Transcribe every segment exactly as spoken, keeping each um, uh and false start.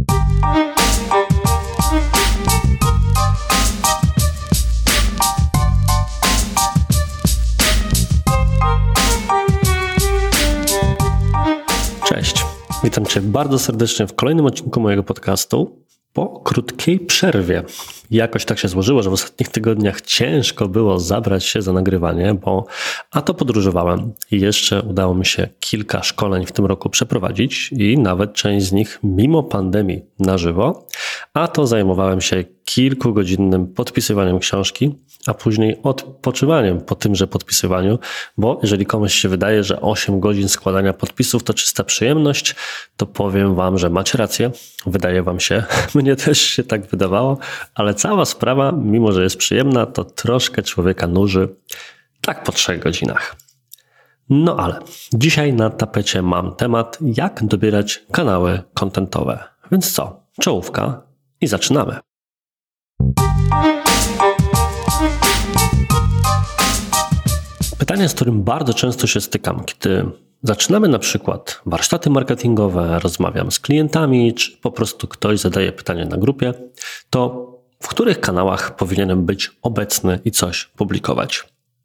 Cześć, witam Cię bardzo serdecznie w kolejnym odcinku mojego podcastu po krótkiej przerwie. Jakoś tak się złożyło, że w ostatnich tygodniach ciężko było zabrać się za nagrywanie, bo a to podróżowałem i jeszcze udało mi się kilka szkoleń w tym roku przeprowadzić i nawet część z nich mimo pandemii na żywo, a to zajmowałem się kilkugodzinnym podpisywaniem książki, a później odpoczywaniem po tymże podpisywaniu, bo jeżeli komuś się wydaje, że osiem godzin składania podpisów to czysta przyjemność, to powiem Wam, że macie rację, wydaje Wam się, mnie też się tak wydawało, ale cała sprawa, mimo że jest przyjemna, to troszkę człowieka nuży, tak po trzech godzinach. No ale dzisiaj na tapecie mam temat, jak dobierać kanały kontentowe. Więc co, czołówka i zaczynamy. Pytanie, z którym bardzo często się stykam, kiedy zaczynamy na przykład warsztaty marketingowe, rozmawiam z klientami, czy po prostu ktoś zadaje pytanie na grupie, to w których kanałach powinienem być obecny i coś publikować?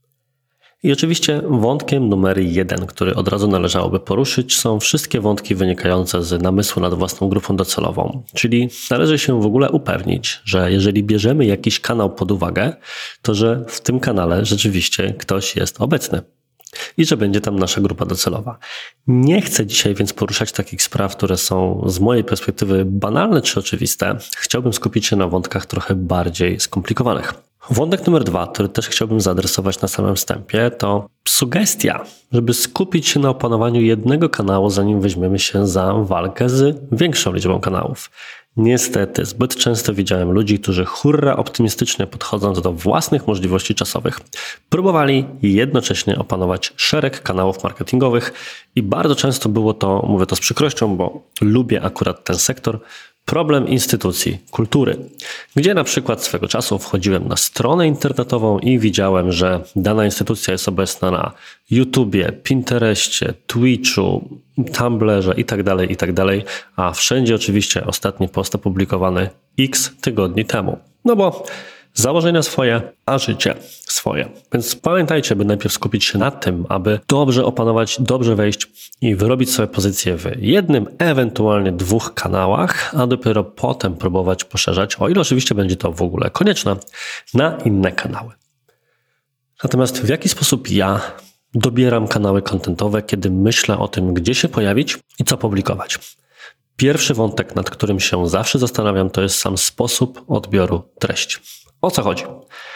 I oczywiście wątkiem numer jeden, który od razu należałoby poruszyć, są wszystkie wątki wynikające z namysłu nad własną grupą docelową. Czyli należy się w ogóle upewnić, że jeżeli bierzemy jakiś kanał pod uwagę, to że w tym kanale rzeczywiście ktoś jest obecny i że będzie tam nasza grupa docelowa. Nie chcę dzisiaj więc poruszać takich spraw, które są z mojej perspektywy banalne czy oczywiste. Chciałbym skupić się na wątkach trochę bardziej skomplikowanych. Wątek numer dwa, który też chciałbym zaadresować na samym wstępie, to sugestia, żeby skupić się na opanowaniu jednego kanału, zanim weźmiemy się za walkę z większą liczbą kanałów. Niestety, zbyt często widziałem ludzi, którzy hurra optymistycznie podchodząc do własnych możliwości czasowych, próbowali jednocześnie opanować szereg kanałów marketingowych i bardzo często było to, mówię to z przykrością, bo lubię akurat ten sektor, problem instytucji kultury, gdzie na przykład swego czasu wchodziłem na stronę internetową i widziałem, że dana instytucja jest obecna na YouTubie, Pinterestie, Twitchu, Tumblrze itd., itd., a wszędzie oczywiście ostatni post opublikowany x tygodni temu. No bo założenia swoje, a życie swoje. Więc pamiętajcie, by najpierw skupić się na tym, aby dobrze opanować, dobrze wejść i wyrobić sobie pozycję w jednym, ewentualnie dwóch kanałach, a dopiero potem próbować poszerzać, o ile oczywiście będzie to w ogóle konieczne, na inne kanały. Natomiast w jaki sposób ja dobieram kanały kontentowe, kiedy myślę o tym, gdzie się pojawić i co publikować? Pierwszy wątek, nad którym się zawsze zastanawiam, to jest sam sposób odbioru treści. O co chodzi?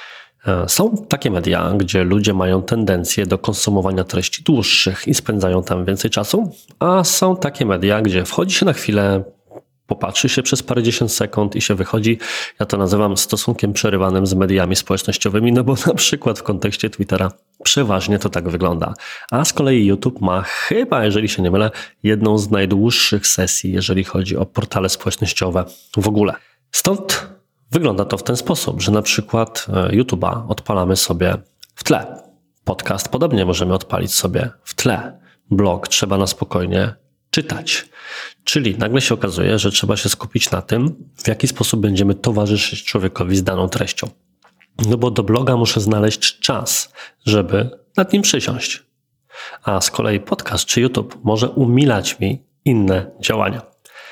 Są takie media, gdzie ludzie mają tendencję do konsumowania treści dłuższych i spędzają tam więcej czasu, a są takie media, gdzie wchodzi się na chwilę, popatrzy się przez parędziesiąt sekund i się wychodzi. Ja to nazywam stosunkiem przerywanym z mediami społecznościowymi, no bo na przykład w kontekście Twittera przeważnie to tak wygląda. A z kolei YouTube ma chyba, jeżeli się nie mylę, jedną z najdłuższych sesji, jeżeli chodzi o portale społecznościowe w ogóle. Stąd wygląda to w ten sposób, że na przykład YouTube'a odpalamy sobie w tle. Podcast podobnie możemy odpalić sobie w tle. Blog trzeba na spokojnie czytać. Czyli nagle się okazuje, że trzeba się skupić na tym, w jaki sposób będziemy towarzyszyć człowiekowi z daną treścią. No bo do bloga muszę znaleźć czas, żeby nad nim przysiąść. A z kolei podcast czy YouTube może umilać mi inne działania.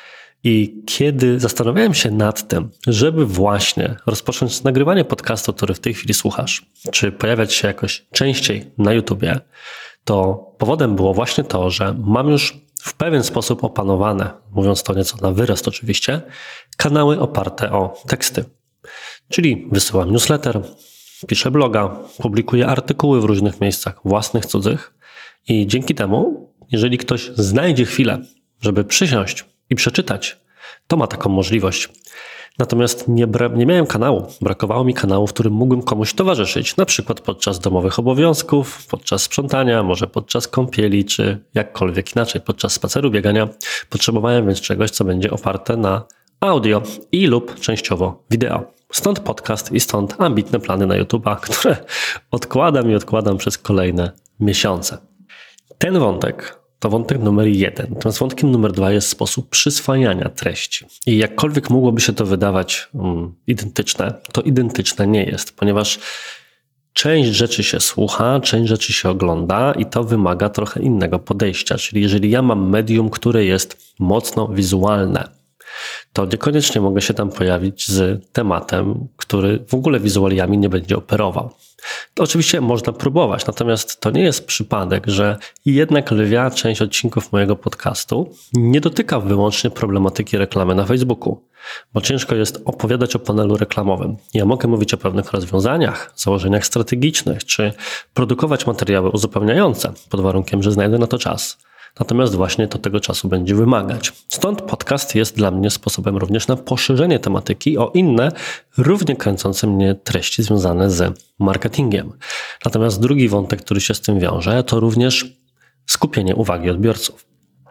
I kiedy zastanawiałem się nad tym, żeby właśnie rozpocząć nagrywanie podcastu, który w tej chwili słuchasz, czy pojawiać się jakoś częściej na YouTubie, to powodem było właśnie to, że mam już w pewien sposób opanowane, mówiąc to nieco na wyrost oczywiście, kanały oparte o teksty. Czyli wysyłam newsletter, piszę bloga, publikuję artykuły w różnych miejscach, własnych, cudzych i dzięki temu, jeżeli ktoś znajdzie chwilę, żeby przysiąść i przeczytać, to ma taką możliwość. Natomiast nie, bra- nie miałem kanału, brakowało mi kanału, w którym mógłbym komuś towarzyszyć, na przykład podczas domowych obowiązków, podczas sprzątania, może podczas kąpieli, czy jakkolwiek inaczej, podczas spaceru, biegania. Potrzebowałem więc czegoś, co będzie oparte na audio i lub częściowo wideo. Stąd podcast i stąd ambitne plany na YouTube'a, które odkładam i odkładam przez kolejne miesiące. Ten wątek To wątek numer jeden. Natomiast wątkiem numer dwa jest sposób przyswajania treści. I jakkolwiek mogłoby się to wydawać um, identyczne, to identyczne nie jest, ponieważ część rzeczy się słucha, część rzeczy się ogląda i to wymaga trochę innego podejścia. Czyli jeżeli ja mam medium, które jest mocno wizualne, to niekoniecznie mogę się tam pojawić z tematem, który w ogóle wizualiami nie będzie operował. To oczywiście można próbować, natomiast to nie jest przypadek, że jednak lwia część odcinków mojego podcastu nie dotyka wyłącznie problematyki reklamy na Facebooku, bo ciężko jest opowiadać o panelu reklamowym. Ja mogę mówić o pewnych rozwiązaniach, założeniach strategicznych, czy produkować materiały uzupełniające, pod warunkiem, że znajdę na to czas. Natomiast właśnie to tego czasu będzie wymagać. Stąd podcast jest dla mnie sposobem również na poszerzenie tematyki o inne, równie kręcące mnie treści związane z marketingiem. Natomiast drugi wątek, który się z tym wiąże, to również skupienie uwagi odbiorców.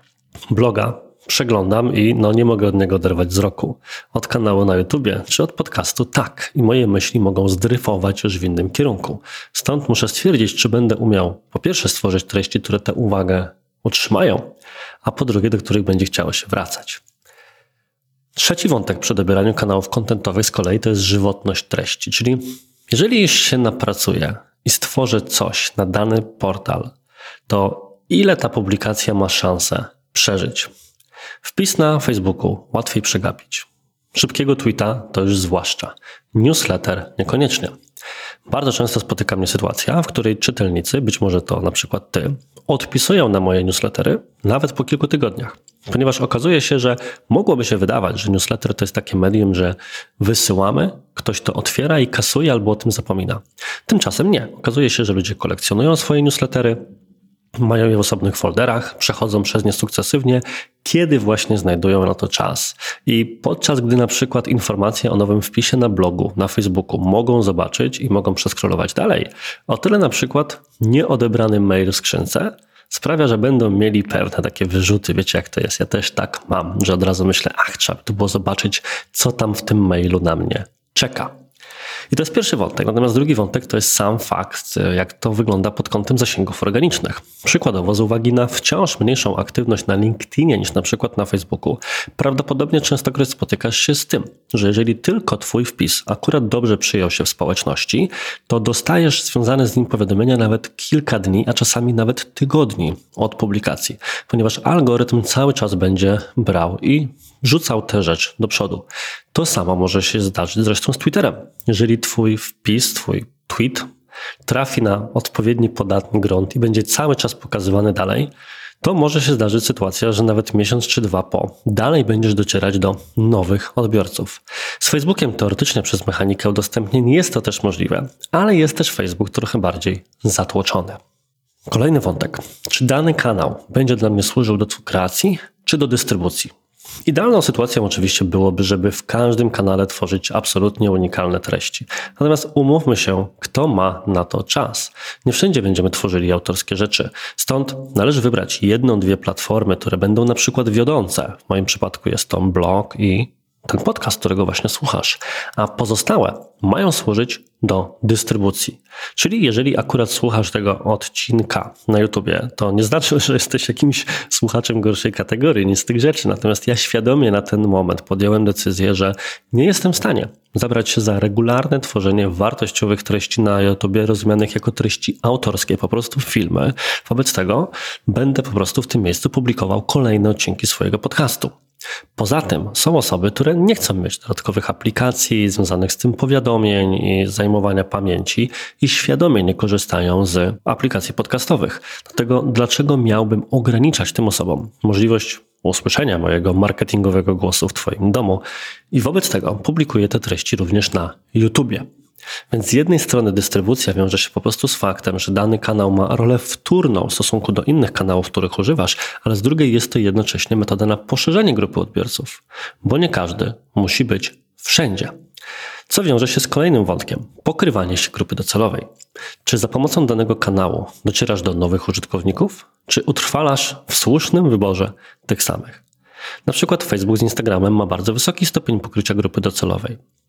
Bloga przeglądam i no nie mogę od niego oderwać wzroku. Od kanału na YouTubie czy od podcastu tak. I moje myśli mogą zdryfować już w innym kierunku. Stąd muszę stwierdzić, czy będę umiał po pierwsze stworzyć treści, które tę uwagę utrzymają, a po drugie, do których będzie chciało się wracać. Trzeci wątek przy dobieraniu kanałów kontentowych z kolei to jest żywotność treści, czyli jeżeli już się napracuję i stworzę coś na dany portal, to ile ta publikacja ma szansę przeżyć? Wpis na Facebooku łatwiej przegapić. Szybkiego tweeta to już zwłaszcza. Newsletter niekoniecznie. Bardzo często spotyka mnie sytuacja, w której czytelnicy, być może to na przykład ty, odpisują na moje newslettery nawet po kilku tygodniach. Ponieważ okazuje się, że mogłoby się wydawać, że newsletter to jest takie medium, że wysyłamy, ktoś to otwiera i kasuje albo o tym zapomina. Tymczasem nie. Okazuje się, że ludzie kolekcjonują swoje newslettery, mają je w osobnych folderach, przechodzą przez nie sukcesywnie, kiedy właśnie znajdują na to czas. I podczas gdy na przykład informacje o nowym wpisie na blogu, na Facebooku mogą zobaczyć i mogą przeskrolować dalej, o tyle na przykład nieodebrany mail w skrzynce sprawia, że będą mieli pewne takie wyrzuty. Wiecie jak to jest? Ja też tak mam, że od razu myślę, ach, trzeba by tu było zobaczyć, co tam w tym mailu na mnie czeka. I to jest pierwszy wątek. Natomiast drugi wątek to jest sam fakt, jak to wygląda pod kątem zasięgów organicznych. Przykładowo z uwagi na wciąż mniejszą aktywność na LinkedInie niż na przykład na Facebooku, prawdopodobnie częstokroć spotykasz się z tym, że jeżeli tylko twój wpis akurat dobrze przyjął się w społeczności, to dostajesz związane z nim powiadomienia nawet kilka dni, a czasami nawet tygodni od publikacji, ponieważ algorytm cały czas będzie brał i rzucał tę rzecz do przodu. To samo może się zdarzyć zresztą z Twitterem. Jeżeli twój wpis, twój tweet trafi na odpowiedni podatny grunt i będzie cały czas pokazywany dalej, to może się zdarzyć sytuacja, że nawet miesiąc czy dwa po dalej będziesz docierać do nowych odbiorców. Z Facebookiem teoretycznie przez mechanikę udostępnień jest to też możliwe, ale jest też Facebook trochę bardziej zatłoczony. Kolejny wątek. Czy dany kanał będzie dla mnie służył do kreacji czy do dystrybucji? Idealną sytuacją oczywiście byłoby, żeby w każdym kanale tworzyć absolutnie unikalne treści. Natomiast umówmy się, kto ma na to czas. Nie wszędzie będziemy tworzyli autorskie rzeczy. Stąd należy wybrać jedną, dwie platformy, które będą na przykład wiodące. W moim przypadku jest to blog i ten podcast, którego właśnie słuchasz. A pozostałe mają służyć do dystrybucji. Czyli jeżeli akurat słuchasz tego odcinka na YouTubie, to nie znaczy, że jesteś jakimś słuchaczem gorszej kategorii, nic z tych rzeczy. Natomiast ja świadomie na ten moment podjąłem decyzję, że nie jestem w stanie zabrać się za regularne tworzenie wartościowych treści na YouTubie, rozumianych jako treści autorskie, po prostu filmy. Wobec tego będę po prostu w tym miejscu publikował kolejne odcinki swojego podcastu. Poza tym są osoby, które nie chcą mieć dodatkowych aplikacji związanych z tym powiadomień i zajmowania pamięci i świadomie nie korzystają z aplikacji podcastowych. Dlatego dlaczego miałbym ograniczać tym osobom możliwość usłyszenia mojego marketingowego głosu w Twoim domu i wobec tego publikuję te treści również na YouTubie. Więc z jednej strony dystrybucja wiąże się po prostu z faktem, że dany kanał ma rolę wtórną w stosunku do innych kanałów, których używasz, ale z drugiej jest to jednocześnie metoda na poszerzenie grupy odbiorców, bo nie każdy musi być wszędzie. Co wiąże się z kolejnym wątkiem – pokrywanie się grupy docelowej. Czy za pomocą danego kanału docierasz do nowych użytkowników, czy utrwalasz w słusznym wyborze tych samych? Na przykład Facebook z Instagramem ma bardzo wysoki stopień pokrycia grupy docelowej,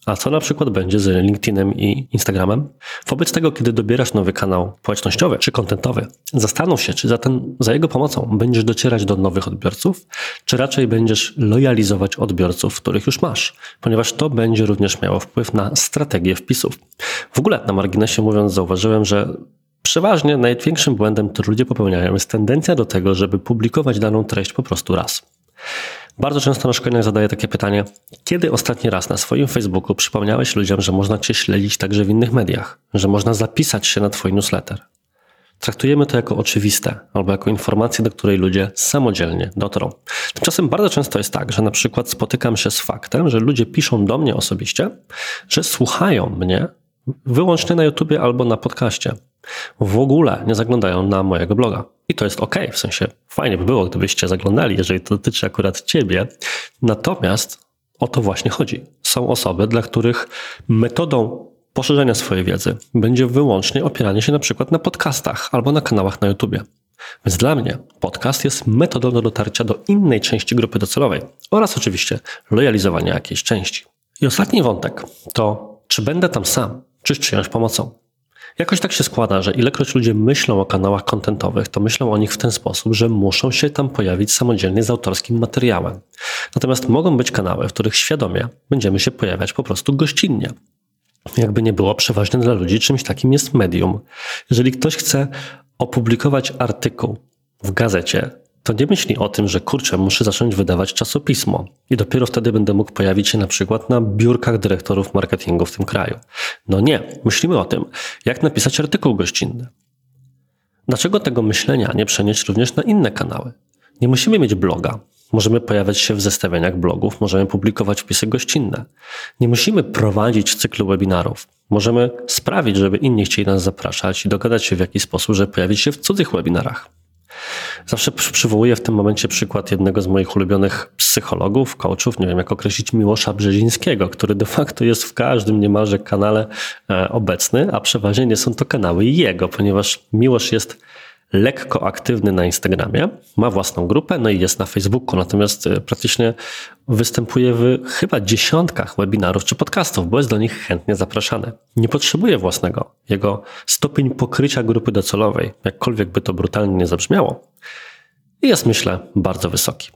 A co na przykład będzie z LinkedInem i Instagramem? Wobec tego, kiedy dobierasz nowy kanał społecznościowy czy kontentowy, zastanów się, czy za, ten, za jego pomocą będziesz docierać do nowych odbiorców, czy raczej będziesz lojalizować odbiorców, których już masz, ponieważ to będzie również miało wpływ na strategię wpisów. W ogóle na marginesie mówiąc zauważyłem, że przeważnie największym błędem, który ludzie popełniają, jest tendencja do tego, żeby publikować daną treść po prostu raz. Bardzo często na szkoleniach zadaję takie pytanie: kiedy ostatni raz na swoim Facebooku przypomniałeś ludziom, że można Cię śledzić także w innych mediach, że można zapisać się na Twój newsletter? Traktujemy to jako oczywiste albo jako informację, do której ludzie samodzielnie dotrą. Tymczasem bardzo często jest tak, że na przykład spotykam się z faktem, że ludzie piszą do mnie osobiście, że słuchają mnie wyłącznie na YouTubie albo na podcaście. W ogóle nie zaglądają na mojego bloga. I to jest okej, w sensie fajnie by było, gdybyście zaglądali, jeżeli to dotyczy akurat Ciebie. Natomiast o to właśnie chodzi. Są osoby, dla których metodą poszerzenia swojej wiedzy będzie wyłącznie opieranie się na przykład na podcastach albo na kanałach na YouTubie. Więc dla mnie podcast jest metodą do dotarcia do innej części grupy docelowej oraz oczywiście lojalizowania jakiejś części. I ostatni wątek to, czy będę tam sam, czy z czyjąś pomocą. Jakoś tak się składa, że ilekroć ludzie myślą o kanałach kontentowych, to myślą o nich w ten sposób, że muszą się tam pojawić samodzielnie z autorskim materiałem. Natomiast mogą być kanały, w których świadomie będziemy się pojawiać po prostu gościnnie. Jakby nie było, przeważnie dla ludzi czymś takim jest medium. Jeżeli ktoś chce opublikować artykuł w gazecie, to nie myśli o tym, że kurczę, muszę zacząć wydawać czasopismo i dopiero wtedy będę mógł pojawić się na przykład na biurkach dyrektorów marketingu w tym kraju. No nie, myślimy o tym, jak napisać artykuł gościnny. Dlaczego tego myślenia nie przenieść również na inne kanały? Nie musimy mieć bloga. Możemy pojawiać się w zestawieniach blogów, możemy publikować wpisy gościnne. Nie musimy prowadzić cyklu webinarów. Możemy sprawić, żeby inni chcieli nas zapraszać i dogadać się w jakiś sposób, żeby pojawić się w cudzych webinarach. Zawsze przywołuję w tym momencie przykład jednego z moich ulubionych psychologów, coachów, nie wiem jak określić, Miłosza Brzezińskiego, który de facto jest w każdym niemalże kanale e, obecny, a przeważnie nie są to kanały jego, ponieważ Miłosz jest lekko aktywny na Instagramie, ma własną grupę, no i jest na Facebooku, natomiast praktycznie występuje w chyba dziesiątkach webinarów czy podcastów, bo jest do nich chętnie zapraszany. Nie potrzebuje własnego. Jego stopień pokrycia grupy docelowej, jakkolwiek by to brutalnie nie zabrzmiało, jest, myślę, bardzo wysoki.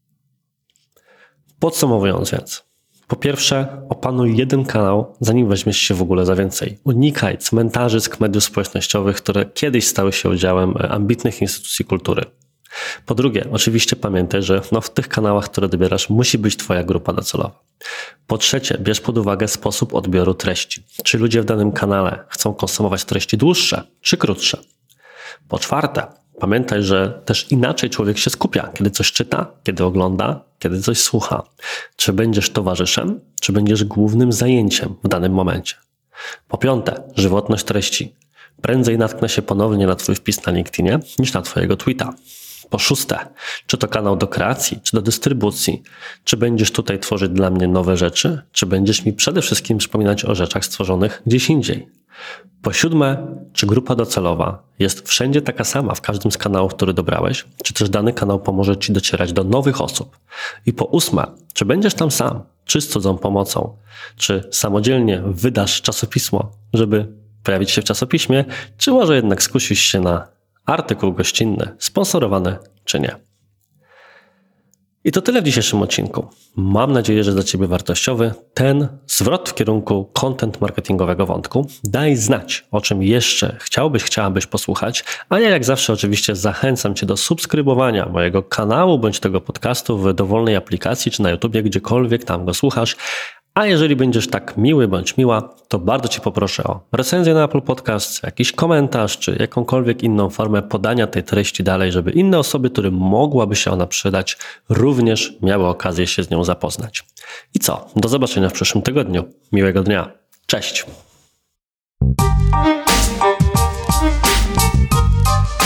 Podsumowując więc, po pierwsze, opanuj jeden kanał, zanim weźmiesz się w ogóle za więcej. Unikaj cmentarzysk mediów społecznościowych, które kiedyś stały się udziałem ambitnych instytucji kultury. Po drugie, oczywiście pamiętaj, że no w tych kanałach, które dobierasz, musi być Twoja grupa docelowa. Po trzecie, bierz pod uwagę sposób odbioru treści. Czy ludzie w danym kanale chcą konsumować treści dłuższe czy krótsze? Po czwarte, pamiętaj, że też inaczej człowiek się skupia, kiedy coś czyta, kiedy ogląda, kiedy coś słucha. Czy będziesz towarzyszem, czy będziesz głównym zajęciem w danym momencie. Po piąte, żywotność treści. Prędzej natknę się ponownie na Twój wpis na LinkedInie niż na Twojego tweeta. Po szóste, czy to kanał do kreacji, czy do dystrybucji? Czy będziesz tutaj tworzyć dla mnie nowe rzeczy, czy będziesz mi przede wszystkim przypominać o rzeczach stworzonych gdzieś indziej? Po siódme, czy grupa docelowa jest wszędzie taka sama w każdym z kanałów, który dobrałeś, czy też dany kanał pomoże Ci docierać do nowych osób? I po ósme, czy będziesz tam sam, czy z cudzą pomocą, czy samodzielnie wydasz czasopismo, żeby pojawić się w czasopiśmie, czy może jednak skusisz się na artykuł gościnny, sponsorowany czy nie? I to tyle w dzisiejszym odcinku. Mam nadzieję, że dla Ciebie wartościowy ten zwrot w kierunku content marketingowego wątku. Daj znać, o czym jeszcze chciałbyś, chciałabyś posłuchać, a ja jak zawsze oczywiście zachęcam Cię do subskrybowania mojego kanału bądź tego podcastu w dowolnej aplikacji czy na YouTubie, gdziekolwiek tam go słuchasz. A jeżeli będziesz tak miły bądź miła, to bardzo Cię poproszę o recenzję na Apple Podcast, jakiś komentarz, czy jakąkolwiek inną formę podania tej treści dalej, żeby inne osoby, którym mogłaby się ona przydać, również miały okazję się z nią zapoznać. I co? Do zobaczenia w przyszłym tygodniu. Miłego dnia. Cześć!